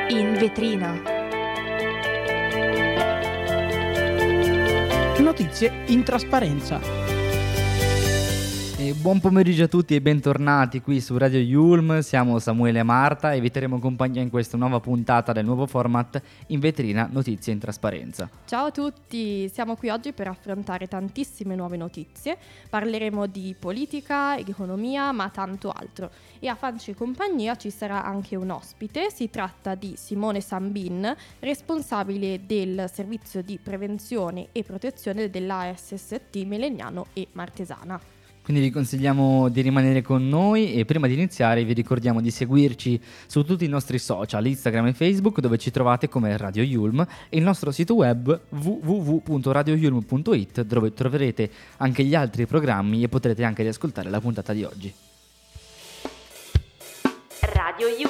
In vetrina. Notizie in trasparenza. Buon pomeriggio a tutti e bentornati qui su Radio Yulm. Siamo Samuele e Marta e vi terremo compagnia in questa nuova puntata del nuovo format In vetrina, notizie in trasparenza. Ciao a tutti, siamo qui oggi per affrontare tantissime nuove notizie. Parleremo di politica, economia, ma tanto altro. E a farci compagnia ci sarà anche un ospite. Si tratta di Simone Sambin, responsabile del servizio di prevenzione e protezione dell'ASST Melegnano e Martesana. Quindi vi consigliamo di rimanere con noi e prima di iniziare vi ricordiamo di seguirci su tutti i nostri social, Instagram e Facebook, dove ci trovate come Radio Yulm, e il nostro sito web www.radioyulm.it, dove troverete anche gli altri programmi e potrete anche riascoltare la puntata di oggi. Radio Yulm.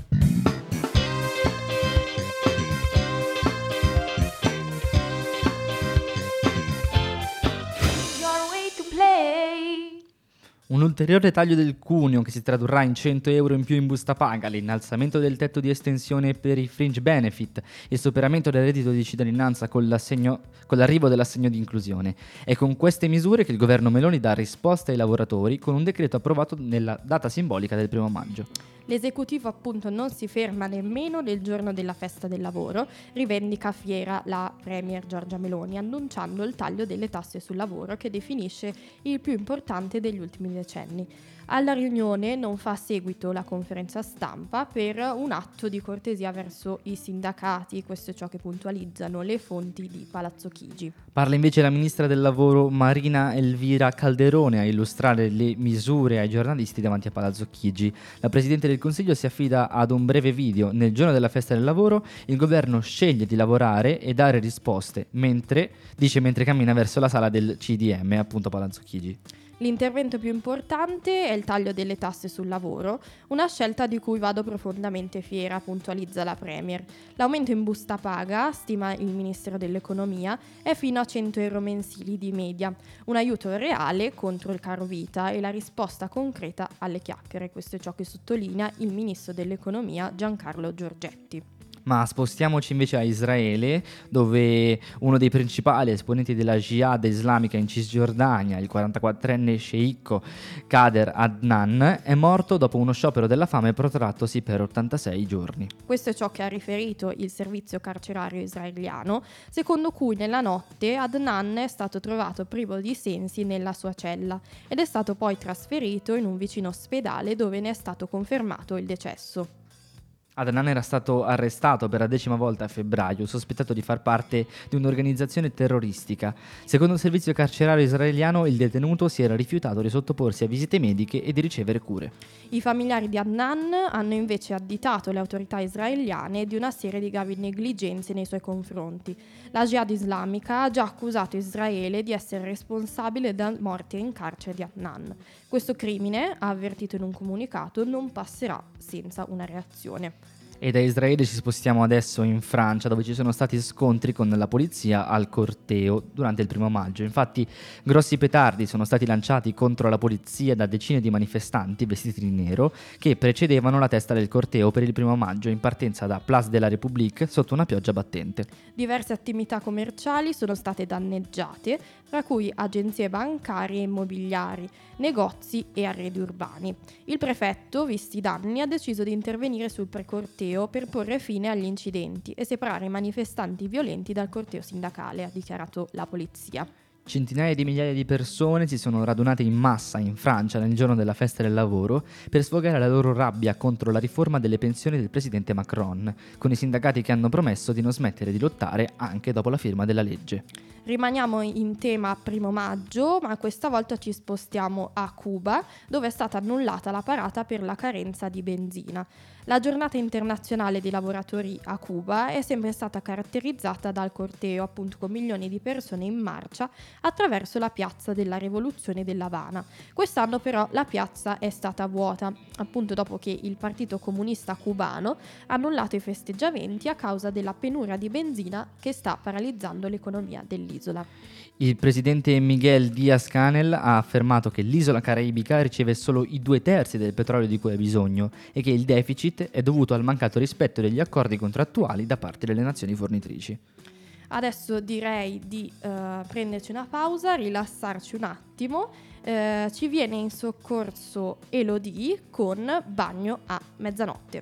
Un ulteriore taglio del cuneo che si tradurrà in 100 euro in più in busta paga, l'innalzamento del tetto di estensione per i fringe benefit, il superamento del reddito di cittadinanza con l'arrivo dell'assegno di inclusione. È con queste misure che il governo Meloni dà risposta ai lavoratori con un decreto approvato nella data simbolica del 1 maggio. L'esecutivo appunto non si ferma nemmeno nel giorno della festa del lavoro, rivendica fiera la premier Giorgia Meloni annunciando il taglio delle tasse sul lavoro che definisce il più importante degli ultimi decenni. Alla riunione non fa seguito la conferenza stampa per un atto di cortesia verso i sindacati, questo è ciò che puntualizzano le fonti di Palazzo Chigi. Parla invece la ministra del lavoro Marina Elvira Calderone a illustrare le misure ai giornalisti davanti a Palazzo Chigi. La Presidente del Consiglio si affida ad un breve video. Nel giorno della festa del lavoro il governo sceglie di lavorare e dare risposte mentre cammina verso la sala del CDM, appunto Palazzo Chigi. L'intervento più importante è il taglio delle tasse sul lavoro, una scelta di cui vado profondamente fiera, puntualizza la Premier. L'aumento in busta paga, stima il Ministero dell'Economia, è fino a 100 euro mensili di media, un aiuto reale contro il caro vita e la risposta concreta alle chiacchiere, questo è ciò che sottolinea il Ministro dell'Economia Giancarlo Giorgetti. Ma spostiamoci invece a Israele, dove uno dei principali esponenti della Jihad islamica in Cisgiordania, il 44enne sceicco Kader Adnan, è morto dopo uno sciopero della fame protrattosi per 86 giorni. Questo è ciò che ha riferito il servizio carcerario israeliano, secondo cui nella notte Adnan è stato trovato privo di sensi nella sua cella ed è stato poi trasferito in un vicino ospedale dove ne è stato confermato il decesso. Adnan era stato arrestato per la 10ª volta a febbraio, sospettato di far parte di un'organizzazione terroristica. Secondo il servizio carcerario israeliano, il detenuto si era rifiutato di sottoporsi a visite mediche e di ricevere cure. I familiari di Adnan hanno invece additato le autorità israeliane di una serie di gravi negligenze nei suoi confronti. La Jihad islamica ha già accusato Israele di essere responsabile della morte in carcere di Adnan. Questo crimine, ha avvertito in un comunicato, non passerà senza una reazione. E da Israele ci spostiamo adesso in Francia, dove ci sono stati scontri con la polizia al corteo durante il 1 maggio. Infatti grossi petardi sono stati lanciati contro la polizia da decine di manifestanti vestiti di nero che precedevano la testa del corteo per il 1 maggio in partenza da Place de la République sotto una pioggia battente. Diverse attività commerciali sono state danneggiate, tra cui agenzie bancarie e immobiliari, negozi e arredi urbani. Il prefetto, visti i danni, ha deciso di intervenire sul precorteo per porre fine agli incidenti e separare i manifestanti violenti dal corteo sindacale, ha dichiarato la polizia. Centinaia di migliaia di persone si sono radunate in massa in Francia nel giorno della festa del lavoro per sfogare la loro rabbia contro la riforma delle pensioni del presidente Macron, con i sindacati che hanno promesso di non smettere di lottare anche dopo la firma della legge. Rimaniamo in tema 1 maggio, ma questa volta ci spostiamo a Cuba, dove è stata annullata la parata per la carenza di benzina. La giornata internazionale dei lavoratori a Cuba è sempre stata caratterizzata dal corteo, appunto con milioni di persone in marcia attraverso la piazza della Rivoluzione dell'Havana. Quest'anno però la piazza è stata vuota, appunto dopo che il Partito Comunista Cubano ha annullato i festeggiamenti a causa della penuria di benzina che sta paralizzando l'economia del dell'isola. Il presidente Miguel Díaz-Canel ha affermato che l'isola caraibica riceve solo i 2/3 del petrolio di cui ha bisogno e che il deficit è dovuto al mancato rispetto degli accordi contrattuali da parte delle nazioni fornitrici. Adesso direi di prenderci una pausa, rilassarci un attimo. Ci viene in soccorso Elodie con Bagno a mezzanotte.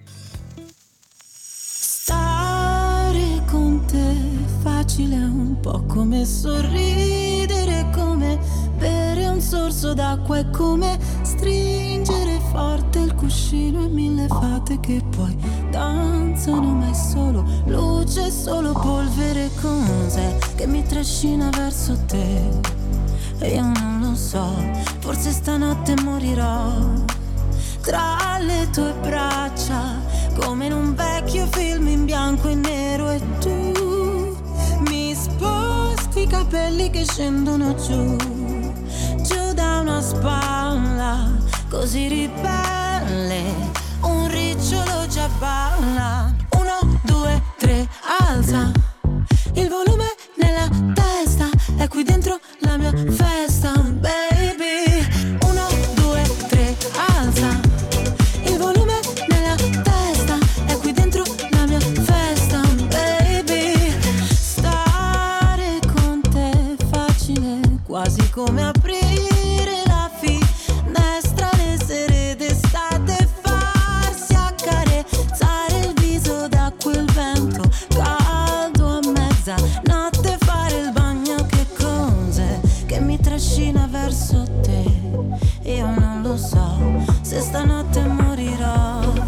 Stare con te facile è un po' come sorridere, come bere un sorso d'acqua, è come stringere forte il cuscino e 1000 fate che poi danzano, ma è solo luce, solo polvere. Cos'è che mi trascina verso te? E io non lo so, forse stanotte morirò tra le tue braccia, come in un vecchio film in bianco e nero, e tu mi sposti i capelli che scendono giù, giù da una spalla, così ribelle, un ricciolo già balla. 1, 2, 3, alza il volume nella testa, è qui dentro la mia festa, baby. 1, 2, 3, alza il volume nella testa, è qui dentro la mia festa, baby. Stare con te è facile, quasi come aprire la finestra le sere d'estate, farsi accarezzare il viso da quel vento caldo a mezzanotte, fare il bagno. Che cos'è che mi trascina verso te? Io non lo so, se stanotte morirò. 1,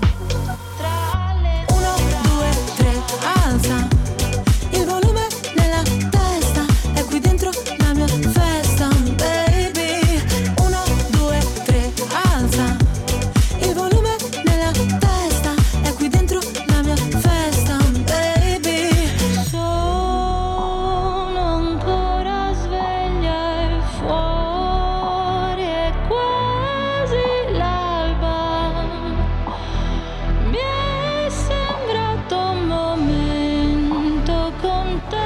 2, 3, alza il volume nella testa, è qui dentro la mia festa, baby. 1, 2, 3, alza il volume nella testa, è qui dentro la mia festa, baby. Sono ancora sveglia e fuori è quasi l'alba, mi è sembrato un momento con te.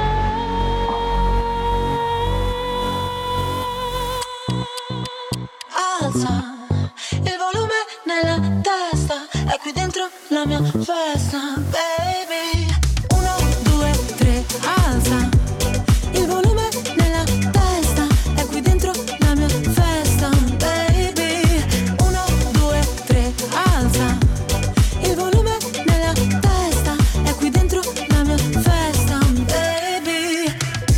Alza il volume nella testa, è qui dentro la mia festa, baby. 1, 2, 3, alza il volume nella testa, è qui dentro la mia festa, baby. 1, 2, 3, alza il volume nella testa, è qui dentro la mia festa, baby.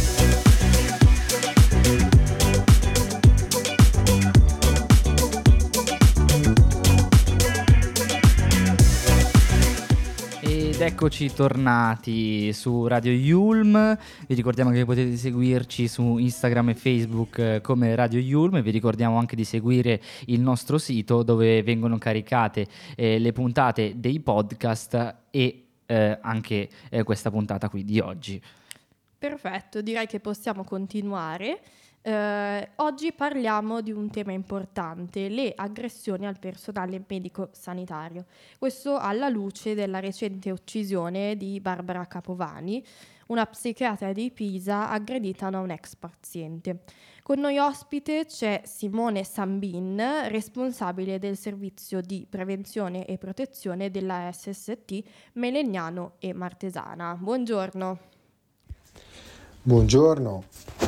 Ed eccoci tornati su Radio Yulm. Vi ricordiamo che potete seguirci su Instagram e Facebook come Radio Yulm, e vi ricordiamo anche di seguire il nostro sito dove vengono caricate le puntate dei podcast e anche questa puntata qui di oggi. Perfetto, direi che possiamo continuare. Oggi parliamo di un tema importante, le aggressioni al personale medico-sanitario. Questo alla luce della recente uccisione di Barbara Capovani, una psichiatra di Pisa aggredita da un ex paziente. Con noi ospite c'è Simone Sambin, responsabile del servizio di prevenzione e protezione della SST Melegnano e Martesana. Buongiorno. Buongiorno.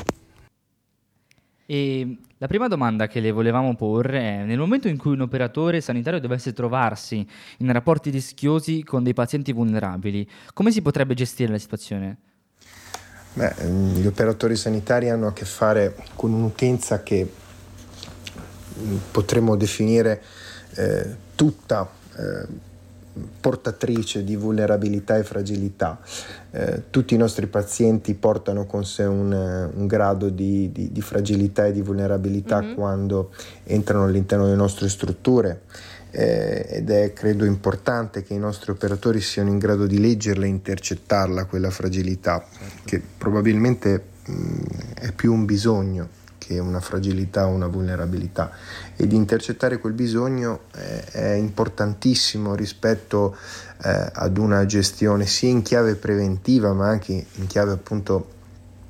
E la prima domanda che le volevamo porre è: nel momento in cui un operatore sanitario dovesse trovarsi in rapporti rischiosi con dei pazienti vulnerabili, come si potrebbe gestire la situazione? Gli operatori sanitari hanno a che fare con un'utenza che potremmo definire tutta portatrice di vulnerabilità e fragilità. Tutti i nostri pazienti portano con sé un grado di fragilità e di vulnerabilità quando entrano all'interno delle nostre strutture, ed è credo importante che i nostri operatori siano in grado di leggerla e intercettarla, quella fragilità, che probabilmente è più un bisogno che una fragilità o una vulnerabilità, e di intercettare quel bisogno è importantissimo rispetto ad una gestione sia in chiave preventiva ma anche in chiave appunto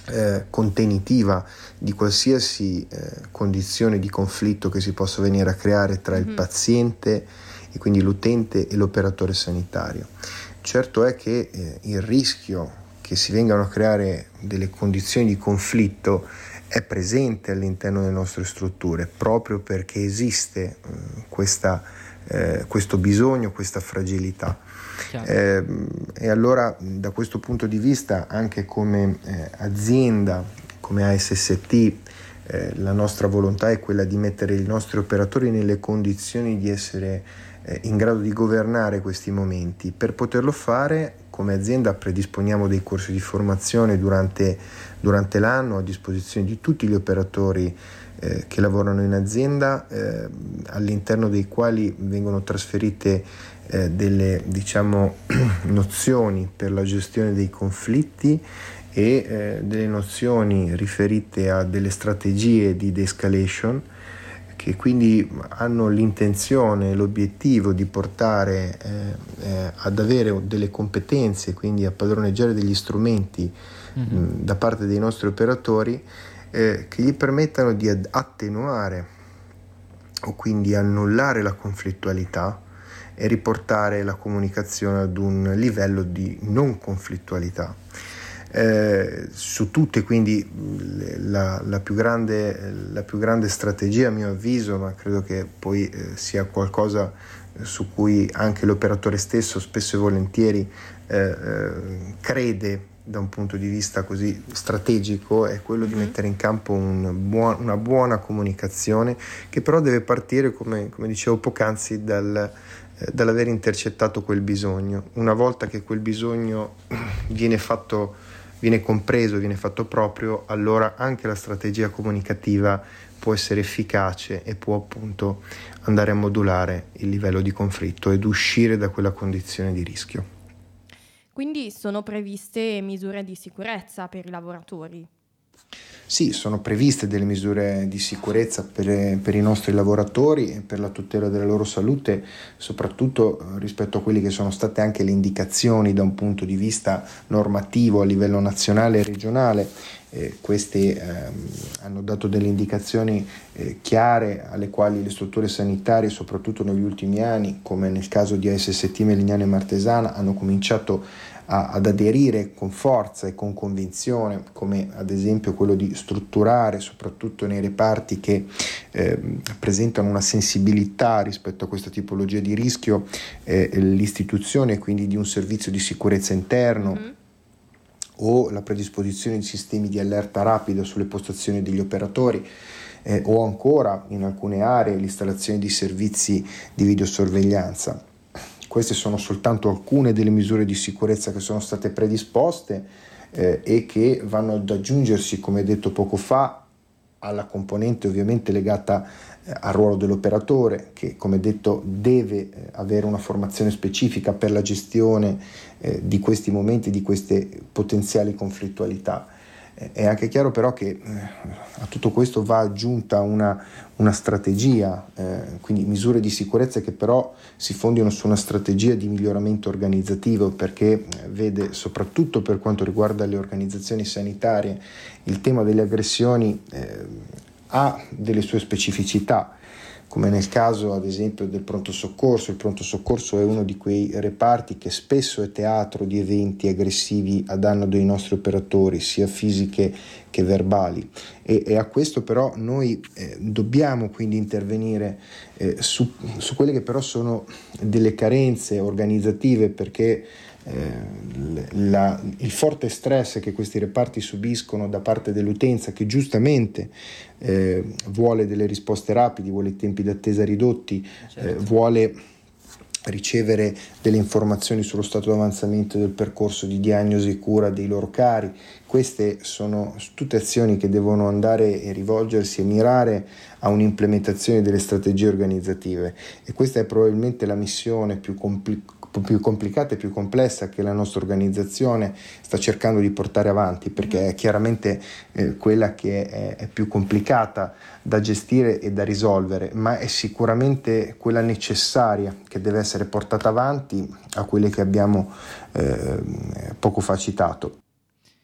contenitiva di qualsiasi condizione di conflitto che si possa venire a creare tra il paziente e quindi l'utente e l'operatore sanitario. Certo è che il rischio che si vengano a creare delle condizioni di conflitto è presente all'interno delle nostre strutture, proprio perché esiste questo bisogno, questa fragilità. E allora da questo punto di vista, anche come azienda, come ASST, la nostra volontà è quella di mettere i nostri operatori nelle condizioni di essere in grado di governare questi momenti. Per poterlo fare, come azienda predisponiamo dei corsi di formazione durante l'anno a disposizione di tutti gli operatori che lavorano in azienda, all'interno dei quali vengono trasferite delle nozioni per la gestione dei conflitti e delle nozioni riferite a delle strategie di de-escalation, che quindi hanno l'intenzione e l'obiettivo di portare ad avere delle competenze, quindi a padroneggiare degli strumenti da parte dei nostri operatori che gli permettano di attenuare o quindi annullare la conflittualità e riportare la comunicazione ad un livello di non conflittualità. Su tutte quindi la più grande strategia, a mio avviso, ma credo che poi sia qualcosa su cui anche l'operatore stesso spesso e volentieri crede da un punto di vista così strategico, è quello di mettere in campo una buona comunicazione, che però deve partire, come dicevo poc'anzi, dall'aver intercettato quel bisogno. Una volta che quel bisogno viene compreso, viene fatto proprio, allora anche la strategia comunicativa può essere efficace e può appunto andare a modulare il livello di conflitto ed uscire da quella condizione di rischio. Quindi sono previste misure di sicurezza per i lavoratori? Sì, sono previste delle misure di sicurezza per i nostri lavoratori e per la tutela della loro salute, soprattutto rispetto a quelle che sono state anche le indicazioni da un punto di vista normativo a livello nazionale e regionale. Queste hanno dato delle indicazioni chiare alle quali le strutture sanitarie, soprattutto negli ultimi anni, come nel caso di ASST Melegnano e Martesana, hanno cominciato ad aderire con forza e con convinzione, come ad esempio quello di strutturare, soprattutto nei reparti che presentano una sensibilità rispetto a questa tipologia di rischio, l'istituzione quindi di un servizio di sicurezza interno, o la predisposizione di sistemi di allerta rapido sulle postazioni degli operatori, o ancora in alcune aree l'installazione di servizi di videosorveglianza. Queste sono soltanto alcune delle misure di sicurezza che sono state predisposte e che vanno ad aggiungersi, come detto poco fa, alla componente ovviamente legata al ruolo dell'operatore, che come detto deve avere una formazione specifica per la gestione di questi momenti, di queste potenziali conflittualità. È anche chiaro però che a tutto questo va aggiunta una strategia, quindi misure di sicurezza che però si fondano su una strategia di miglioramento organizzativo, perché vede, soprattutto per quanto riguarda le organizzazioni sanitarie, il tema delle aggressioni ha delle sue specificità, come nel caso ad esempio del pronto soccorso. Il pronto soccorso è uno di quei reparti che spesso è teatro di eventi aggressivi a danno dei nostri operatori, sia fisiche che verbali, e a questo però noi dobbiamo quindi intervenire su quelle che però sono delle carenze organizzative, perché il forte stress che questi reparti subiscono da parte dell'utenza, che giustamente vuole delle risposte rapide, vuole i tempi d'attesa ridotti, vuole ricevere delle informazioni sullo stato di avanzamento del percorso di diagnosi e cura dei loro cari. Queste sono tutte azioni che devono andare e rivolgersi e mirare a un'implementazione delle strategie organizzative, e questa è probabilmente la missione più complicata e più complessa che la nostra organizzazione sta cercando di portare avanti, perché è chiaramente quella che è più complicata da gestire e da risolvere, ma è sicuramente quella necessaria, che deve essere portata avanti a quelle che abbiamo poco fa citato.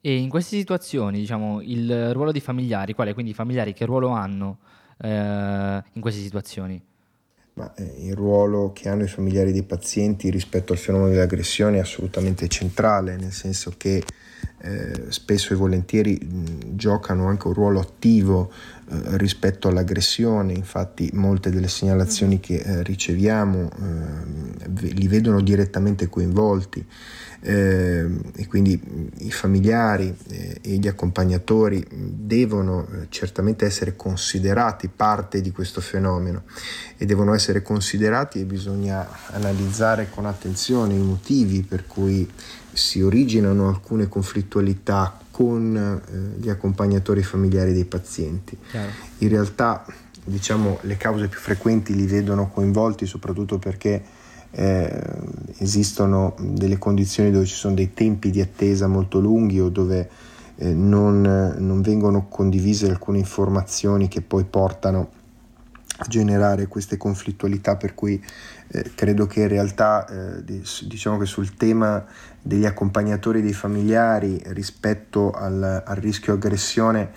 E in queste situazioni, diciamo, il ruolo dei familiari, qual è? Quindi i familiari che ruolo hanno in queste situazioni? Ma il ruolo che hanno i familiari dei pazienti rispetto al fenomeno dell'aggressione è assolutamente centrale, nel senso che spesso e volentieri giocano anche un ruolo attivo rispetto all'aggressione. Infatti molte delle segnalazioni che riceviamo li vedono direttamente coinvolti, e quindi i familiari e gli accompagnatori devono certamente essere considerati parte di questo fenomeno e devono essere considerati, e bisogna analizzare con attenzione i motivi per cui si originano alcune conflittualità con gli accompagnatori familiari dei pazienti. Chiaro. In realtà, diciamo, le cause più frequenti li vedono coinvolti soprattutto perché esistono delle condizioni dove ci sono dei tempi di attesa molto lunghi o dove non vengono condivise alcune informazioni che poi portano a generare queste conflittualità, per cui credo che in realtà diciamo che sul tema degli accompagnatori dei familiari rispetto al rischio aggressione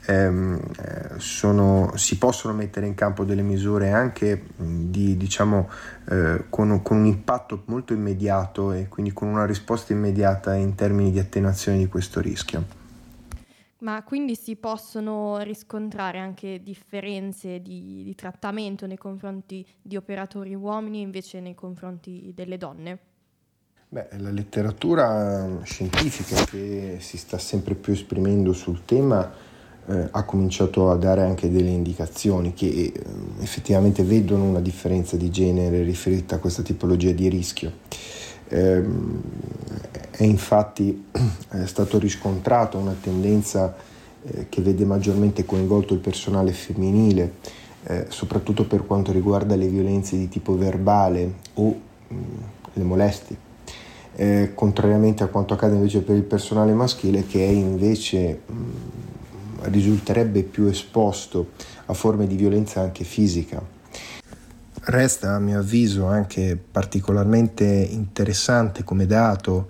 si possono mettere in campo delle misure anche con un impatto molto immediato e quindi con una risposta immediata in termini di attenuazione di questo rischio. Ma quindi si possono riscontrare anche differenze di trattamento nei confronti di operatori uomini e invece nei confronti delle donne? La letteratura scientifica che si sta sempre più esprimendo sul tema ha cominciato a dare anche delle indicazioni che effettivamente vedono una differenza di genere riferita a questa tipologia di rischio. È infatti stato riscontrato una tendenza che vede maggiormente coinvolto il personale femminile, soprattutto per quanto riguarda le violenze di tipo verbale o le molestie, contrariamente a quanto accade invece per il personale maschile, che invece risulterebbe più esposto a forme di violenza anche fisica. Resta, a mio avviso, anche particolarmente interessante come dato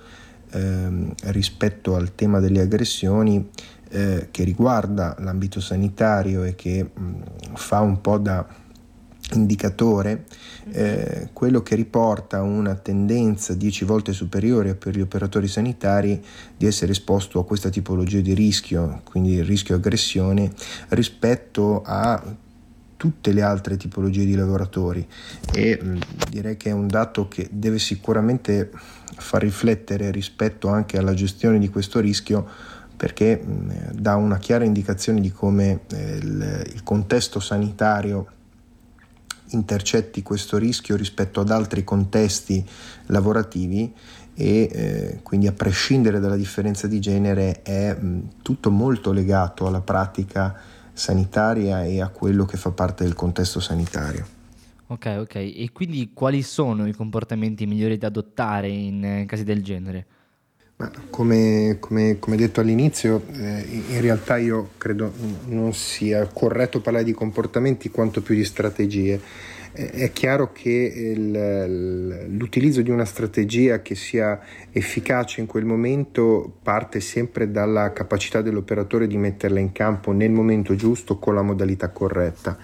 rispetto al tema delle aggressioni che riguarda l'ambito sanitario e che fa un po' da indicatore, quello che riporta una tendenza 10 volte superiore per gli operatori sanitari di essere esposto a questa tipologia di rischio, quindi il rischio aggressione, rispetto a tutte le altre tipologie di lavoratori, e direi che è un dato che deve sicuramente far riflettere rispetto anche alla gestione di questo rischio, perché dà una chiara indicazione di come il contesto sanitario intercetti questo rischio rispetto ad altri contesti lavorativi e quindi, a prescindere dalla differenza di genere, è tutto molto legato alla pratica sanitaria e a quello che fa parte del contesto sanitario. Ok. E quindi quali sono i comportamenti migliori da adottare in casi del genere? Ma come detto all'inizio, in realtà io credo non sia corretto parlare di comportamenti quanto più di strategie. È chiaro che l'utilizzo di una strategia che sia efficace in quel momento parte sempre dalla capacità dell'operatore di metterla in campo nel momento giusto con la modalità corretta.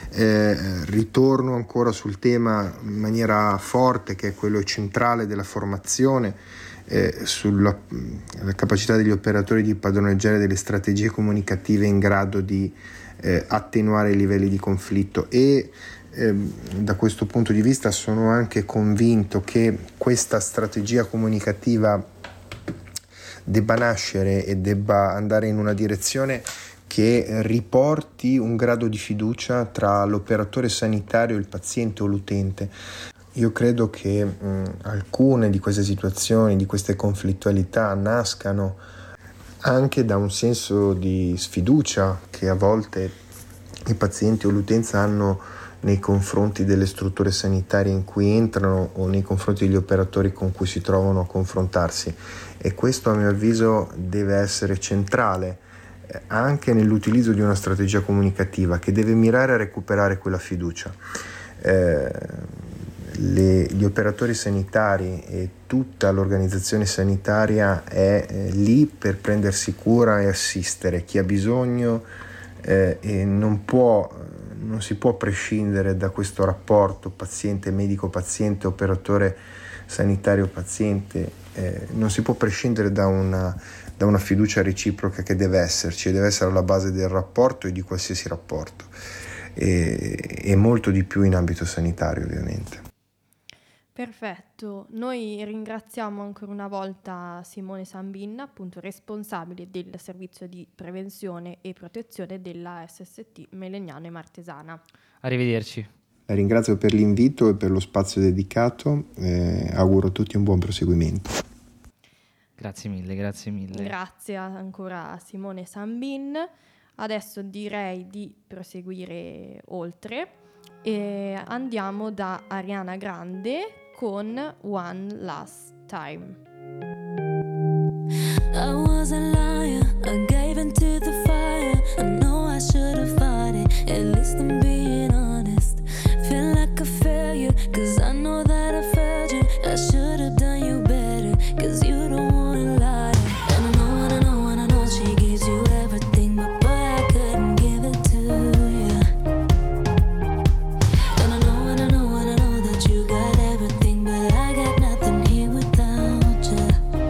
Ritorno ancora sul tema in maniera forte, che è quello centrale della formazione, sulla capacità degli operatori di padroneggiare delle strategie comunicative in grado di attenuare i livelli di conflitto, e da questo punto di vista sono anche convinto che questa strategia comunicativa debba nascere e debba andare in una direzione che riporti un grado di fiducia tra l'operatore sanitario, il paziente o l'utente. Io credo che alcune di queste situazioni, di queste conflittualità, nascano anche da un senso di sfiducia che a volte i pazienti o l'utenza hanno nei confronti delle strutture sanitarie in cui entrano o nei confronti degli operatori con cui si trovano a confrontarsi, e questo, a mio avviso, deve essere centrale anche nell'utilizzo di una strategia comunicativa che deve mirare a recuperare quella fiducia. Gli operatori sanitari e tutta l'organizzazione sanitaria è lì per prendersi cura e assistere chi ha bisogno, e non si può prescindere da questo rapporto paziente, medico-paziente, operatore sanitario-paziente, non si può prescindere da una fiducia reciproca che deve esserci, e deve essere alla base del rapporto e di qualsiasi rapporto, e molto di più in ambito sanitario, ovviamente. Perfetto, noi ringraziamo ancora una volta Simone Sambin, appunto responsabile del servizio di prevenzione e protezione della SST Melegnano e Martesana. Arrivederci. La ringrazio per l'invito e per lo spazio dedicato, auguro a tutti un buon proseguimento. Grazie mille. Grazie ancora a Simone Sambin. Adesso direi di proseguire oltre e andiamo da Ariana Grande con One Last Time. I was a liar, I gave into the fire. I know I should have fought it, at least I'm being honest. Feel like a failure, cause I know that I failed you. I should have done you better, cause you don't wanna lie. And I know she gives you everything, but boy, I couldn't give it to you. And I know that you got everything, but I got nothing here without you.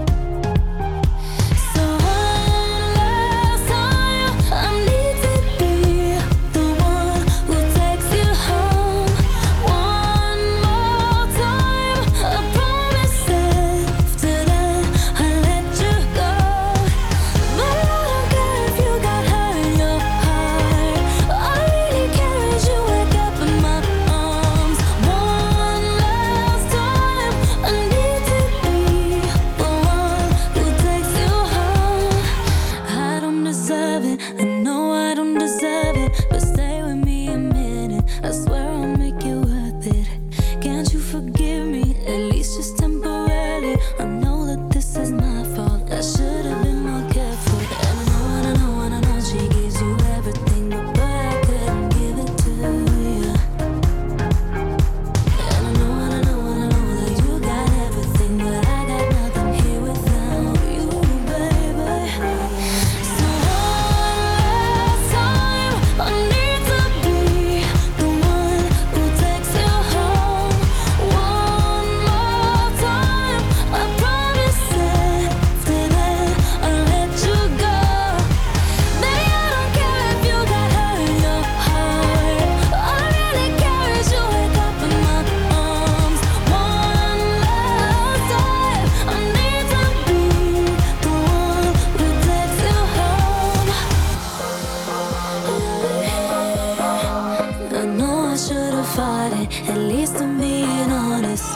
So one last time, I need to be the one who takes you home. One more time, I promise after that I'll let you go. But I don't care if you got hurt in your heart. All I really care is you wake up in my arms. One last time, I need to be the one who takes you home. I don't deserve it, I know I don't deserve it, but stay with me a minute, I swear I'll make it worth it. Can't you forgive me, at least just temporarily? I know that this is my fault, I should have been more careful. And I know she gives you everything, but boy, I couldn't give it to you. And I know that you got everything, but I got nothing here without you, baby. So one last time, I need to be the one who takes you home. One more time, I promise after that I'll let you go. Baby, I don't care if you got hurt in your heart. All I really care is you wake up in my arms. One last time, I need to be the one who takes you home. I know I should have fought it, at least I'm being honest.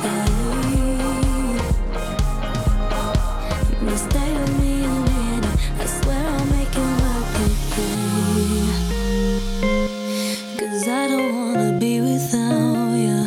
But stay with me a minute, I swear I'll make it work again. Cause I don't wanna be without you.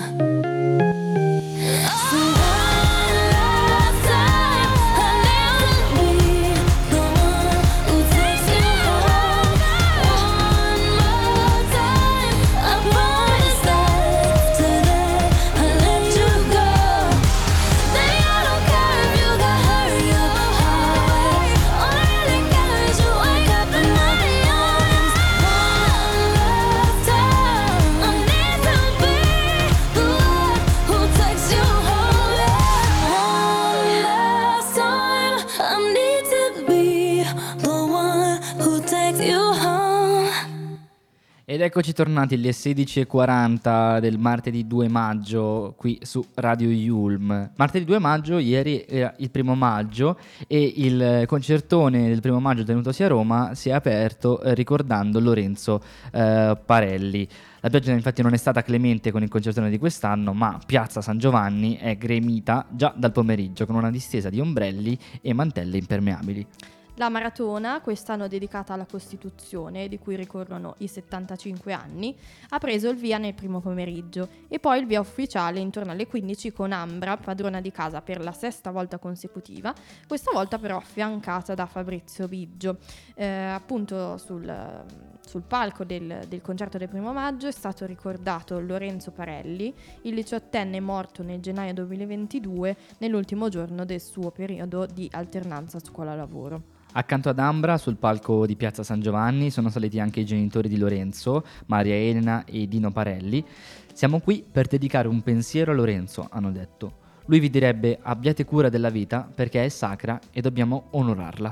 So one last time, I need to be the one who takes you home. One more time, I promise after that I'll let you go. Baby, I don't care if you got hurt in your heart. All I really care is you wake up in my arms. One last time, I need to be the one who takes you home. One last time, I need to be the one who takes you home. Ed eccoci tornati alle 16:40 del martedì 2 maggio qui su Radio Yulm. Martedì 2 maggio, ieri era il 1° maggio e il concertone del 1° maggio tenutosi a Roma si è aperto ricordando Lorenzo Parelli. La pioggia infatti non è stata clemente con il concertone di quest'anno, ma Piazza San Giovanni è gremita già dal pomeriggio con una distesa di ombrelli e mantelle impermeabili. La maratona, quest'anno dedicata alla Costituzione, di cui ricorrono i 75 anni, ha preso il via nel primo pomeriggio e poi il via ufficiale intorno alle 15 con Ambra, padrona di casa per la 6ª volta consecutiva, questa volta però affiancata da Fabrizio Biggio. Appunto sul sul palco del concerto del 1° maggio è stato ricordato Lorenzo Parelli, il 18enne morto nel gennaio 2022 nell'ultimo giorno del suo periodo di alternanza scuola-lavoro. Accanto ad Ambra, sul palco di Piazza San Giovanni, sono saliti anche i genitori di Lorenzo, Maria Elena e Dino Parelli. Siamo qui per dedicare un pensiero a Lorenzo, hanno detto. Lui vi direbbe: abbiate cura della vita perché è sacra e dobbiamo onorarla.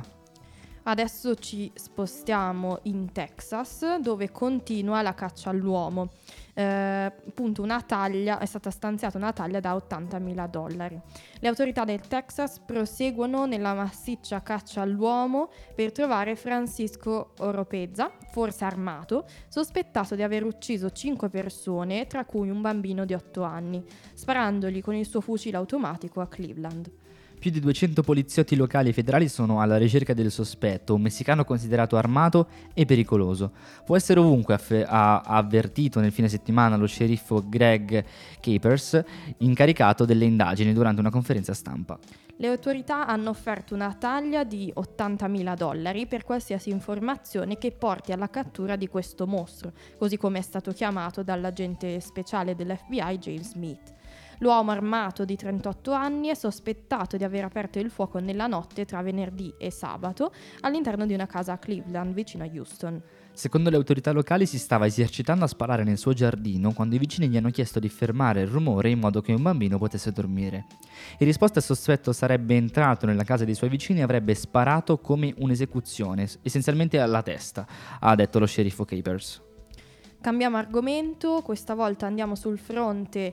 Adesso ci spostiamo in Texas, dove continua la caccia all'uomo. Appunto è stata stanziata una taglia da $80.000. Le autorità del Texas proseguono nella massiccia caccia all'uomo per trovare Francisco Oropeza, forse armato, sospettato di aver ucciso 5 persone, tra cui un bambino di 8 anni, sparandogli con il suo fucile automatico a Cleveland. Più di 200 poliziotti locali e federali sono alla ricerca del sospetto, un messicano considerato armato e pericoloso. Può essere ovunque, ha avvertito nel fine settimana lo sceriffo Greg Capers, incaricato delle indagini, durante una conferenza stampa. Le autorità hanno offerto una taglia di $80.000 per qualsiasi informazione che porti alla cattura di questo mostro, così come è stato chiamato dall'agente speciale dell'FBI James Smith. L'uomo armato di 38 anni è sospettato di aver aperto il fuoco nella notte tra venerdì e sabato all'interno di una casa a Cleveland, vicino a Houston. Secondo le autorità locali si stava esercitando a sparare nel suo giardino quando i vicini gli hanno chiesto di fermare il rumore in modo che un bambino potesse dormire. In risposta, il sospetto sarebbe entrato nella casa dei suoi vicini e avrebbe sparato come un'esecuzione, essenzialmente alla testa, ha detto lo sceriffo Capers. Cambiamo argomento, questa volta andiamo sul fronte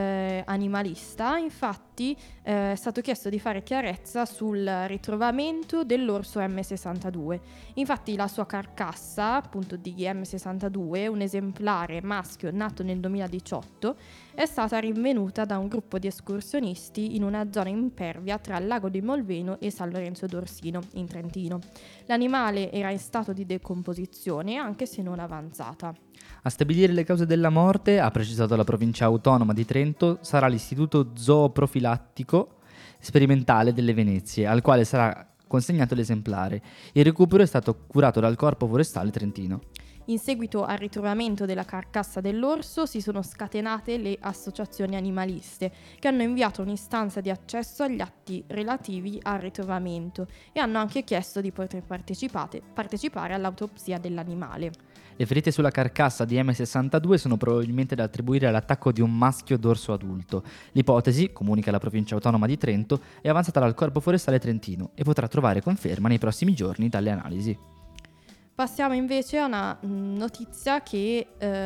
animalista. Infatti è stato chiesto di fare chiarezza sul ritrovamento dell'orso M62. Infatti la sua carcassa, appunto di M62, un esemplare maschio nato nel 2018, è stata rinvenuta da un gruppo di escursionisti in una zona impervia tra il lago di Molveno e San Lorenzo d'Orsino, in Trentino. L'animale era in stato di decomposizione, anche se non avanzata. A stabilire le cause della morte, ha precisato la provincia autonoma di Trento, sarà l'Istituto Zooprofilattico Sperimentale delle Venezie, al quale sarà consegnato l'esemplare. Il recupero è stato curato dal Corpo Forestale Trentino. In seguito al ritrovamento della carcassa dell'orso si sono scatenate le associazioni animaliste, che hanno inviato un'istanza di accesso agli atti relativi al ritrovamento e hanno anche chiesto di poter partecipare all'autopsia dell'animale. Le ferite sulla carcassa di M62 sono probabilmente da attribuire all'attacco di un maschio d'orso adulto. L'ipotesi, comunica la provincia autonoma di Trento, è avanzata dal Corpo Forestale Trentino e potrà trovare conferma nei prossimi giorni dalle analisi. Passiamo invece a una notizia che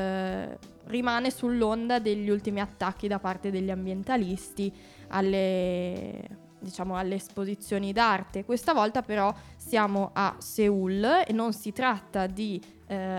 rimane sull'onda degli ultimi attacchi da parte degli ambientalisti alle esposizioni d'arte. Questa volta però siamo a Seul e non si tratta di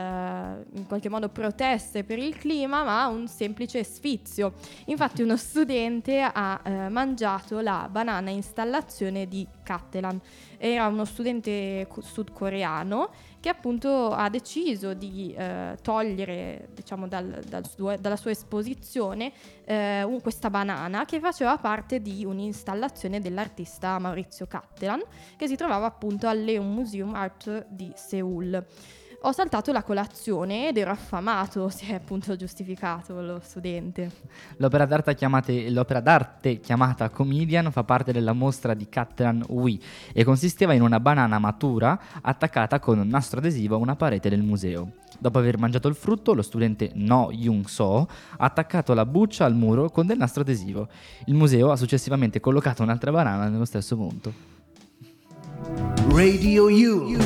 in qualche modo proteste per il clima, ma un semplice sfizio. Infatti uno studente ha mangiato la banana installazione di Catalan. Era uno studente sudcoreano che appunto ha deciso di togliere, diciamo, dalla sua esposizione questa banana che faceva parte di un'installazione dell'artista Maurizio Cattelan, che si trovava appunto al Leon Museum Art di Seul. Ho saltato la colazione ed ero affamato, si è appunto giustificato lo studente. L'opera d'arte chiamata Comedian fa parte della mostra di Cattelan Wii e consisteva in una banana matura attaccata con un nastro adesivo a una parete del museo. Dopo aver mangiato il frutto, lo studente No Young-so ha attaccato la buccia al muro con del nastro adesivo. Il museo ha successivamente collocato un'altra banana nello stesso punto. Radio U.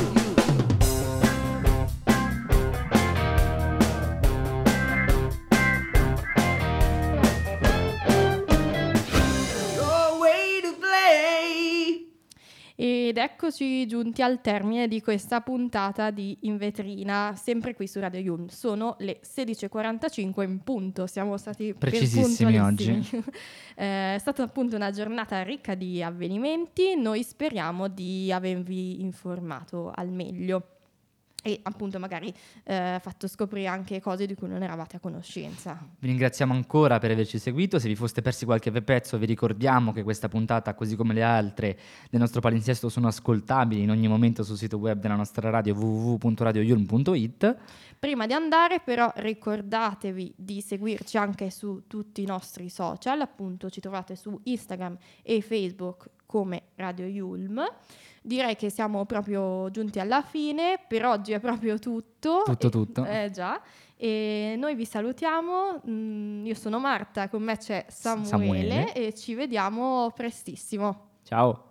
Ed eccoci giunti al termine di questa puntata di In Vetrina, sempre qui su Radio Yulm. Sono le 16:45 in punto, siamo stati precisissimi oggi. È stata appunto una giornata ricca di avvenimenti, noi speriamo di avervi informato al meglio. e appunto magari fatto scoprire anche cose di cui non eravate a conoscenza. Vi ringraziamo ancora per averci seguito. Se vi foste persi qualche pezzo, vi ricordiamo che questa puntata, così come le altre del nostro palinsesto, sono ascoltabili in ogni momento sul sito web della nostra radio www.radioyulm.it. Prima di andare però ricordatevi di seguirci anche su tutti i nostri social, appunto ci trovate su Instagram e Facebook come Radio Yulm. Direi che siamo proprio giunti alla fine, per oggi è proprio tutto. Tutto. Già, e noi vi salutiamo, io sono Marta, con me c'è Samuele e ci vediamo prestissimo. Ciao.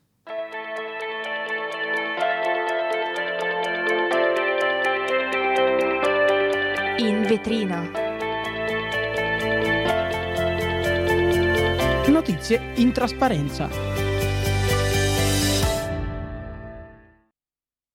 In vetrina. Notizie in trasparenza.